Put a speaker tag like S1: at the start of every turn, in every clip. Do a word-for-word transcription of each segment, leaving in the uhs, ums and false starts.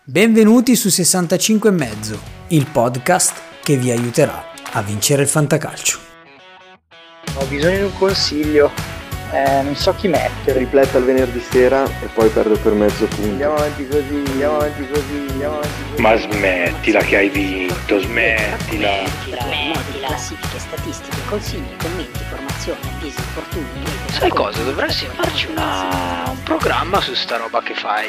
S1: Benvenuti su sessantacinque e mezzo, il podcast che vi aiuterà a vincere il fantacalcio.
S2: Ho bisogno di un consiglio, eh, non so chi mettere.
S3: Ripletta il venerdì sera e poi perdo per mezzo punto.
S2: Andiamo avanti così, andiamo avanti così, andiamo avanti così.
S4: Ma smettila che hai vinto, smettila.
S5: Smettila. Classifiche, statistiche, consigli, commenti, formazione, avvisi, infortuni.
S4: Sai cosa? Dovresti farci una... un programma su sta roba che fai.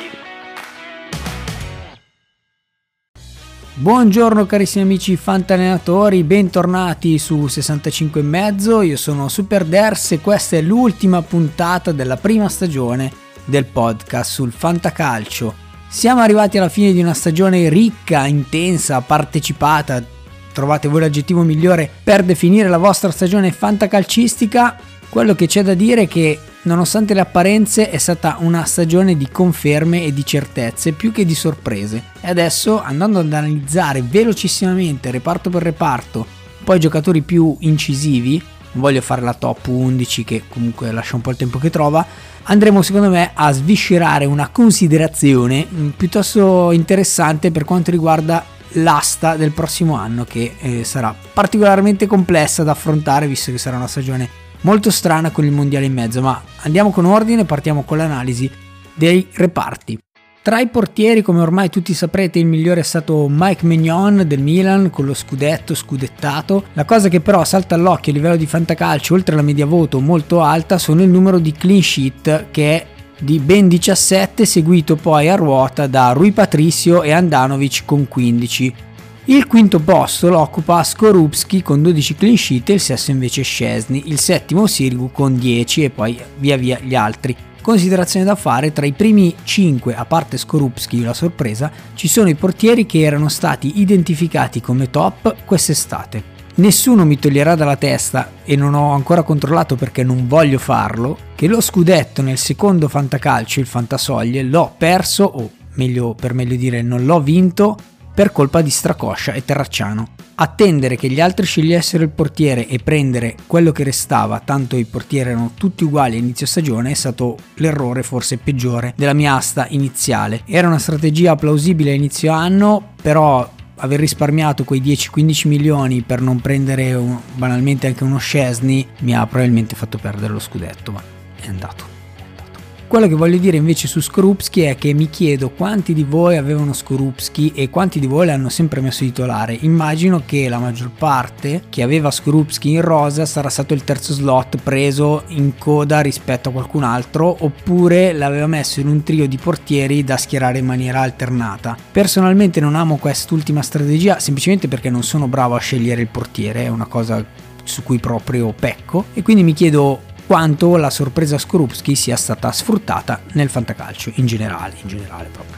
S1: Buongiorno carissimi amici fantallenatori, bentornati su sessantacinque e mezzo. Io sono Super Ders e questa è l'ultima puntata della prima stagione del podcast sul fantacalcio. Siamo arrivati alla fine di una stagione ricca, intensa, partecipata. Trovate voi l'aggettivo migliore per definire la vostra stagione fantacalcistica. Quello che c'è da dire è che nonostante le apparenze è stata una stagione di conferme e di certezze più che di sorprese. E adesso, andando ad analizzare velocissimamente reparto per reparto, poi giocatori più incisivi, non voglio fare la top undici che comunque lascia un po' il tempo che trova, andremo secondo me a sviscerare una considerazione piuttosto interessante per quanto riguarda l'asta del prossimo anno, che eh, sarà particolarmente complessa da affrontare visto che sarà una stagione molto strana con il mondiale in mezzo. Ma andiamo con ordine e partiamo con l'analisi dei reparti. Tra i portieri, come ormai tutti saprete, il migliore è stato Mike Maignan del Milan con lo scudetto scudettato. La cosa che però salta all'occhio a livello di fantacalcio, oltre alla media voto molto alta, sono il numero di clean sheet, che è di ben diciassette, seguito poi a ruota da Rui Patricio e Handanovic con quindici. Il quinto posto lo occupa Skorupski con dodici clean sheet e il sesto invece Szczesny, il settimo Sirigu con dieci e poi via via gli altri. Considerazione da fare: tra i primi cinque, a parte Skorupski, la sorpresa, ci sono i portieri che erano stati identificati come top quest'estate. Nessuno mi toglierà dalla testa, e non ho ancora controllato perché non voglio farlo, che lo scudetto nel secondo fantacalcio, il fantasoglie, l'ho perso, o meglio per meglio dire non l'ho vinto, per colpa di Stracoscia e Terracciano. Attendere che gli altri scegliessero il portiere e prendere quello che restava, tanto i portieri erano tutti uguali a inizio stagione, è stato l'errore forse peggiore della mia asta iniziale. Era una strategia plausibile a inizio anno, però aver risparmiato quei dieci quindici milioni per non prendere un, banalmente anche uno Szczesny mi ha probabilmente fatto perdere lo scudetto, ma è andato. Quello che voglio dire invece su Skorupski è che mi chiedo quanti di voi avevano Skorupski e quanti di voi l'hanno sempre messo titolare. Immagino che la maggior parte che aveva Skorupski in rosa sarà stato il terzo slot preso in coda rispetto a qualcun altro, oppure l'aveva messo in un trio di portieri da schierare in maniera alternata. Personalmente non amo quest'ultima strategia semplicemente perché non sono bravo a scegliere il portiere, è una cosa su cui proprio pecco, e quindi mi chiedo quanto la sorpresa Skorupski sia stata sfruttata nel fantacalcio in generale, in generale proprio.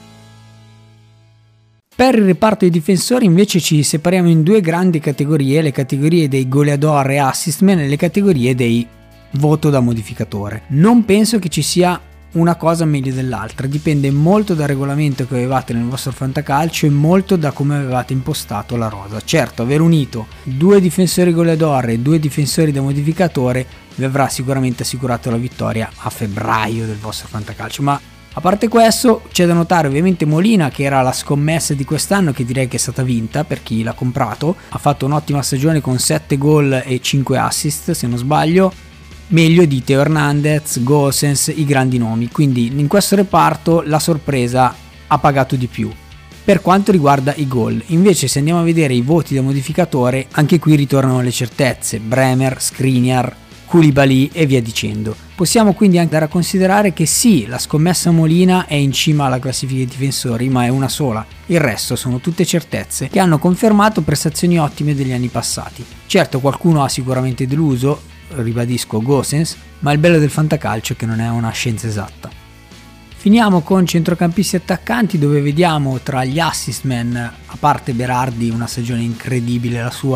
S1: Per il reparto dei difensori invece ci separiamo in due grandi categorie, le categorie dei goleador e assistman e le categorie dei voto da modificatore. Non penso che ci sia una cosa meglio dell'altra, dipende molto dal regolamento che avevate nel vostro fantacalcio e molto da come avevate impostato la rosa. Certo, aver unito due difensori goleador e due difensori da modificatore vi avrà sicuramente assicurato la vittoria a febbraio del vostro fantacalcio, ma a parte questo c'è da notare ovviamente Molina, che era la scommessa di quest'anno, che direi che è stata vinta per chi l'ha comprato. Ha fatto un'ottima stagione con sette gol e cinque assist se non sbaglio, meglio di Theo Hernandez, Gosens, i grandi nomi, quindi in questo reparto la sorpresa ha pagato di più. Per quanto riguarda i gol, invece, se andiamo a vedere i voti da modificatore, anche qui ritornano le certezze: Bremer, Skriniar, Koulibaly e via dicendo. Possiamo quindi andare a considerare che sì, la scommessa Molina è in cima alla classifica dei difensori, ma è una sola. Il resto sono tutte certezze che hanno confermato prestazioni ottime degli anni passati. Certo, qualcuno ha sicuramente deluso, ribadisco Gosens, ma il bello del fantacalcio è che non è una scienza esatta. Finiamo con centrocampisti attaccanti, dove vediamo tra gli assistman, a parte Berardi, una stagione incredibile la sua,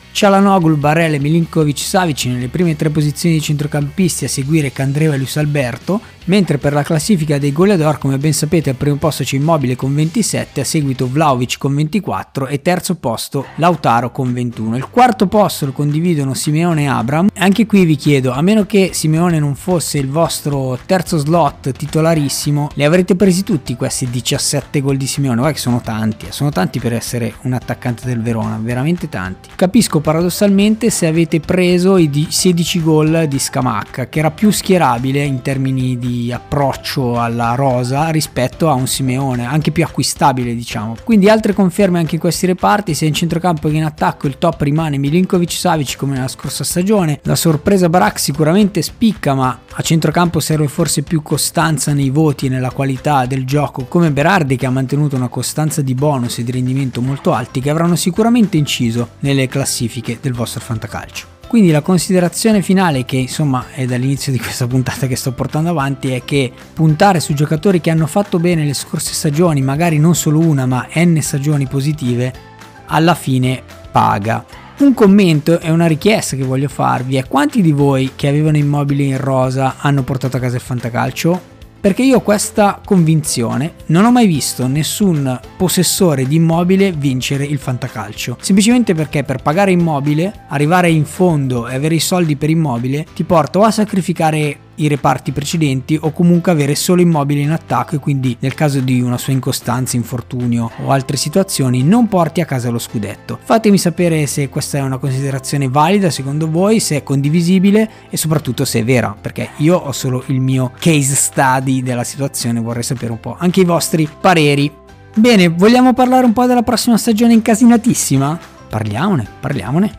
S1: Çalhanoğlu, Barella e Milinkovic-Savic nelle prime tre posizioni di centrocampisti, a seguire Candreva e Luis Alberto, mentre per la classifica dei goleador, come ben sapete, al primo posto c'è Immobile con ventisette, a seguito Vlahovic con ventiquattro e terzo posto Lautaro con ventuno. Il quarto posto lo condividono Simeone e Abraham. Anche qui vi chiedo, a meno che Simeone non fosse il vostro terzo slot titolarissimo, li avrete presi tutti questi diciassette gol di Simeone? Guarda che sono tanti, sono tanti per essere un attaccante del Verona, veramente tanti. Capisco paradossalmente se avete preso i sedici gol di Scamacca, che era più schierabile in termini di approccio alla rosa rispetto a un Simeone, anche più acquistabile diciamo. Quindi altre conferme anche in questi reparti, sia in centrocampo che in attacco il top rimane Milinkovic-Savic come nella scorsa stagione. La sorpresa Barak sicuramente spicca, ma a centrocampo serve forse più costanza nei voti e nella qualità del gioco, come Berardi, che ha mantenuto una costanza di bonus e di rendimento molto alti, che avranno sicuramente inciso nelle classifiche del vostro fantacalcio. Quindi la considerazione finale, che insomma è dall'inizio di questa puntata che sto portando avanti, è che puntare su giocatori che hanno fatto bene le scorse stagioni, magari non solo una ma n stagioni positive, alla fine paga. Un commento e una richiesta che voglio farvi è: quanti di voi che avevano Immobile in rosa hanno portato a casa il fantacalcio? Perché io ho questa convinzione, non ho mai visto nessun possessore di Immobile vincere il fantacalcio, semplicemente perché per pagare Immobile, arrivare in fondo e avere i soldi per Immobile ti porta o a sacrificare i reparti precedenti o comunque avere solo Immobile in attacco, e quindi nel caso di una sua incostanza, infortunio o altre situazioni non porti a casa lo scudetto. Fatemi sapere se questa è una considerazione valida secondo voi, se è condivisibile e soprattutto se è vera, perché io ho solo il mio case study della situazione, vorrei sapere un po' anche i vostri pareri. Bene, vogliamo parlare un po' della prossima stagione incasinatissima? Parliamone, parliamone.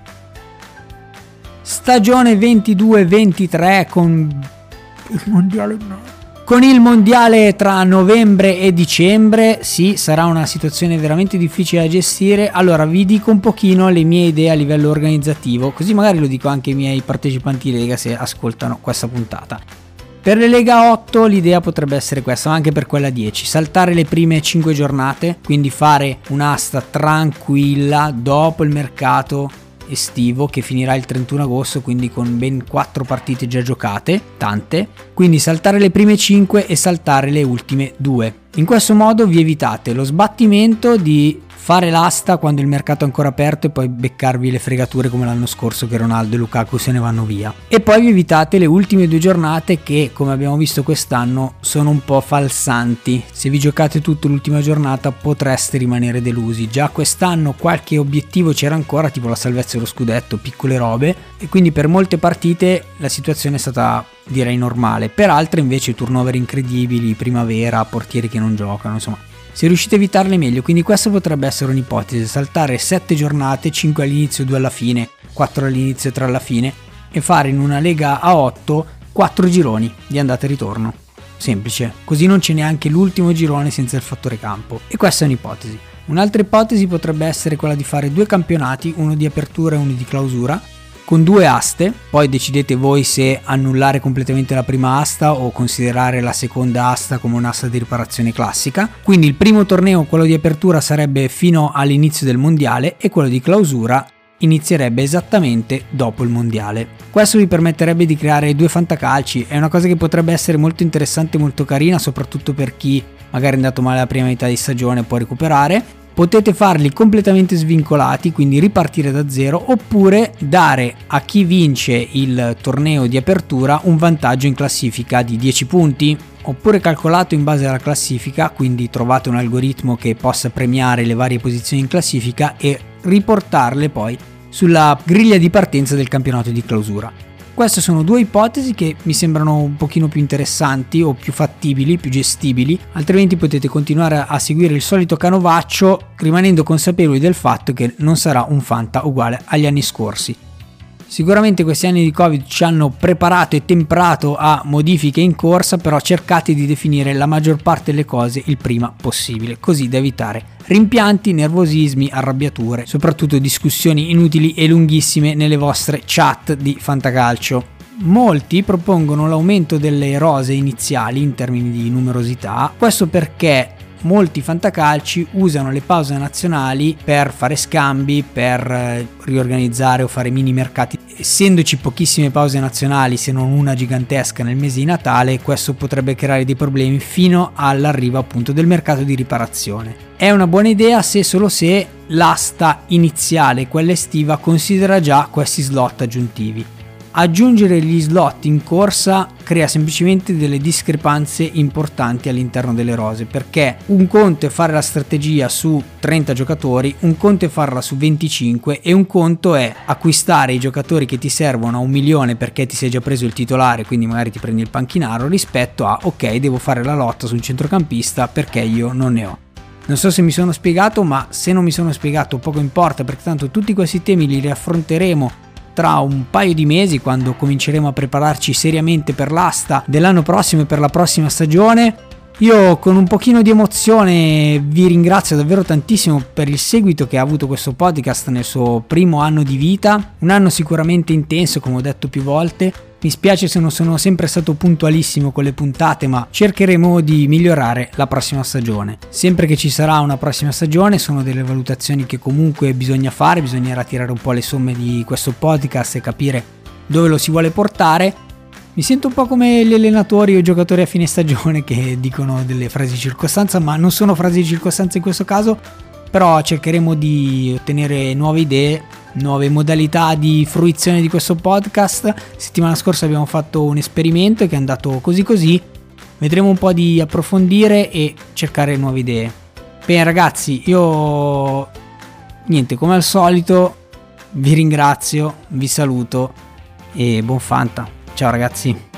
S1: Stagione ventidue ventitré con il mondiale con il mondiale tra novembre e dicembre. Sì, sarà una situazione veramente difficile da gestire. Allora vi dico un pochino le mie idee a livello organizzativo, così magari lo dico anche ai miei partecipanti Lega se ascoltano questa puntata. Per le Lega otto l'idea potrebbe essere questa, ma anche per quella dieci: saltare le prime cinque giornate, quindi fare un'asta tranquilla dopo il mercato estivo che finirà il trentuno agosto, quindi con ben quattro partite già giocate, tante, quindi saltare le prime cinque e saltare le ultime due. In questo modo vi evitate lo sbattimento di fare l'asta quando il mercato è ancora aperto e poi beccarvi le fregature come l'anno scorso che Ronaldo e Lukaku se ne vanno via, e poi vi evitate le ultime due giornate che, come abbiamo visto quest'anno, sono un po' falsanti. Se vi giocate tutto l'ultima giornata potreste rimanere delusi. Già quest'anno qualche obiettivo c'era ancora, tipo la salvezza dello scudetto, piccole robe, e quindi per molte partite la situazione è stata, direi, normale. Per altre invece turnover incredibili, primavera, portieri che non giocano, insomma se riuscite a evitarle meglio. Quindi questa potrebbe essere un'ipotesi: saltare sette giornate, cinque all'inizio, due alla fine, quattro all'inizio e tre alla fine, e fare in una Lega a otto quattro gironi di andata e ritorno. Semplice, così non c'è neanche l'ultimo girone senza il fattore campo. E questa è un'ipotesi. Un'altra ipotesi potrebbe essere quella di fare due campionati, uno di apertura e uno di clausura, con due aste. Poi decidete voi se annullare completamente la prima asta o considerare la seconda asta come un'asta di riparazione classica. Quindi il primo torneo, quello di apertura, sarebbe fino all'inizio del mondiale e quello di clausura inizierebbe esattamente dopo il mondiale. Questo vi permetterebbe di creare due fantacalci. È una cosa che potrebbe essere molto interessante e molto carina, soprattutto per chi magari è andato male la prima metà di stagione e può recuperare. Potete farli completamente svincolati, quindi ripartire da zero, oppure dare a chi vince il torneo di apertura un vantaggio in classifica di dieci punti, oppure calcolato in base alla classifica, quindi trovate un algoritmo che possa premiare le varie posizioni in classifica e riportarle poi sulla griglia di partenza del campionato di clausura. Queste sono due ipotesi che mi sembrano un pochino più interessanti o più fattibili, più gestibili, altrimenti potete continuare a seguire il solito canovaccio rimanendo consapevoli del fatto che non sarà un Fanta uguale agli anni scorsi. Sicuramente questi anni di Covid ci hanno preparato e temprato a modifiche in corsa, però cercate di definire la maggior parte delle cose il prima possibile, così da evitare rimpianti, nervosismi, arrabbiature, soprattutto discussioni inutili e lunghissime nelle vostre chat di fantacalcio. Molti propongono l'aumento delle rose iniziali in termini di numerosità, questo perché molti fantacalci usano le pause nazionali per fare scambi, per riorganizzare o fare mini mercati. Essendoci pochissime pause nazionali, se non una gigantesca nel mese di Natale, questo potrebbe creare dei problemi fino all'arrivo appunto del mercato di riparazione. È una buona idea se solo se l'asta iniziale, quella estiva, considera già questi slot aggiuntivi. Aggiungere gli slot in corsa crea semplicemente delle discrepanze importanti all'interno delle rose, perché un conto è fare la strategia su trenta giocatori, un conto è farla su venticinque e un conto è acquistare i giocatori che ti servono a un milione perché ti sei già preso il titolare, quindi magari ti prendi il panchinaro, rispetto a ok, devo fare la lotta su un centrocampista perché io non ne ho. Non so se mi sono spiegato, ma se non mi sono spiegato poco importa, perché tanto tutti questi temi li riaffronteremo tra un paio di mesi, quando cominceremo a prepararci seriamente per l'asta dell'anno prossimo e per la prossima stagione. Io con un pochino di emozione vi ringrazio davvero tantissimo per il seguito che ha avuto questo podcast nel suo primo anno di vita, un anno sicuramente intenso, come ho detto più volte. Mi spiace se non sono sempre stato puntualissimo con le puntate, ma cercheremo di migliorare la prossima stagione. Sempre che ci sarà una prossima stagione, sono delle valutazioni che comunque bisogna fare, bisognerà tirare un po' le somme di questo podcast e capire dove lo si vuole portare. Mi sento un po' come gli allenatori o i giocatori a fine stagione che dicono delle frasi di circostanza, ma non sono frasi di circostanza in questo caso, però cercheremo di ottenere nuove idee, nuove modalità di fruizione di questo podcast. Settimana scorsa abbiamo fatto un esperimento che è andato così così, vedremo un po' di approfondire e cercare nuove idee. Bene ragazzi, io niente, come al solito vi ringrazio, vi saluto e buon Fanta. Ciao ragazzi.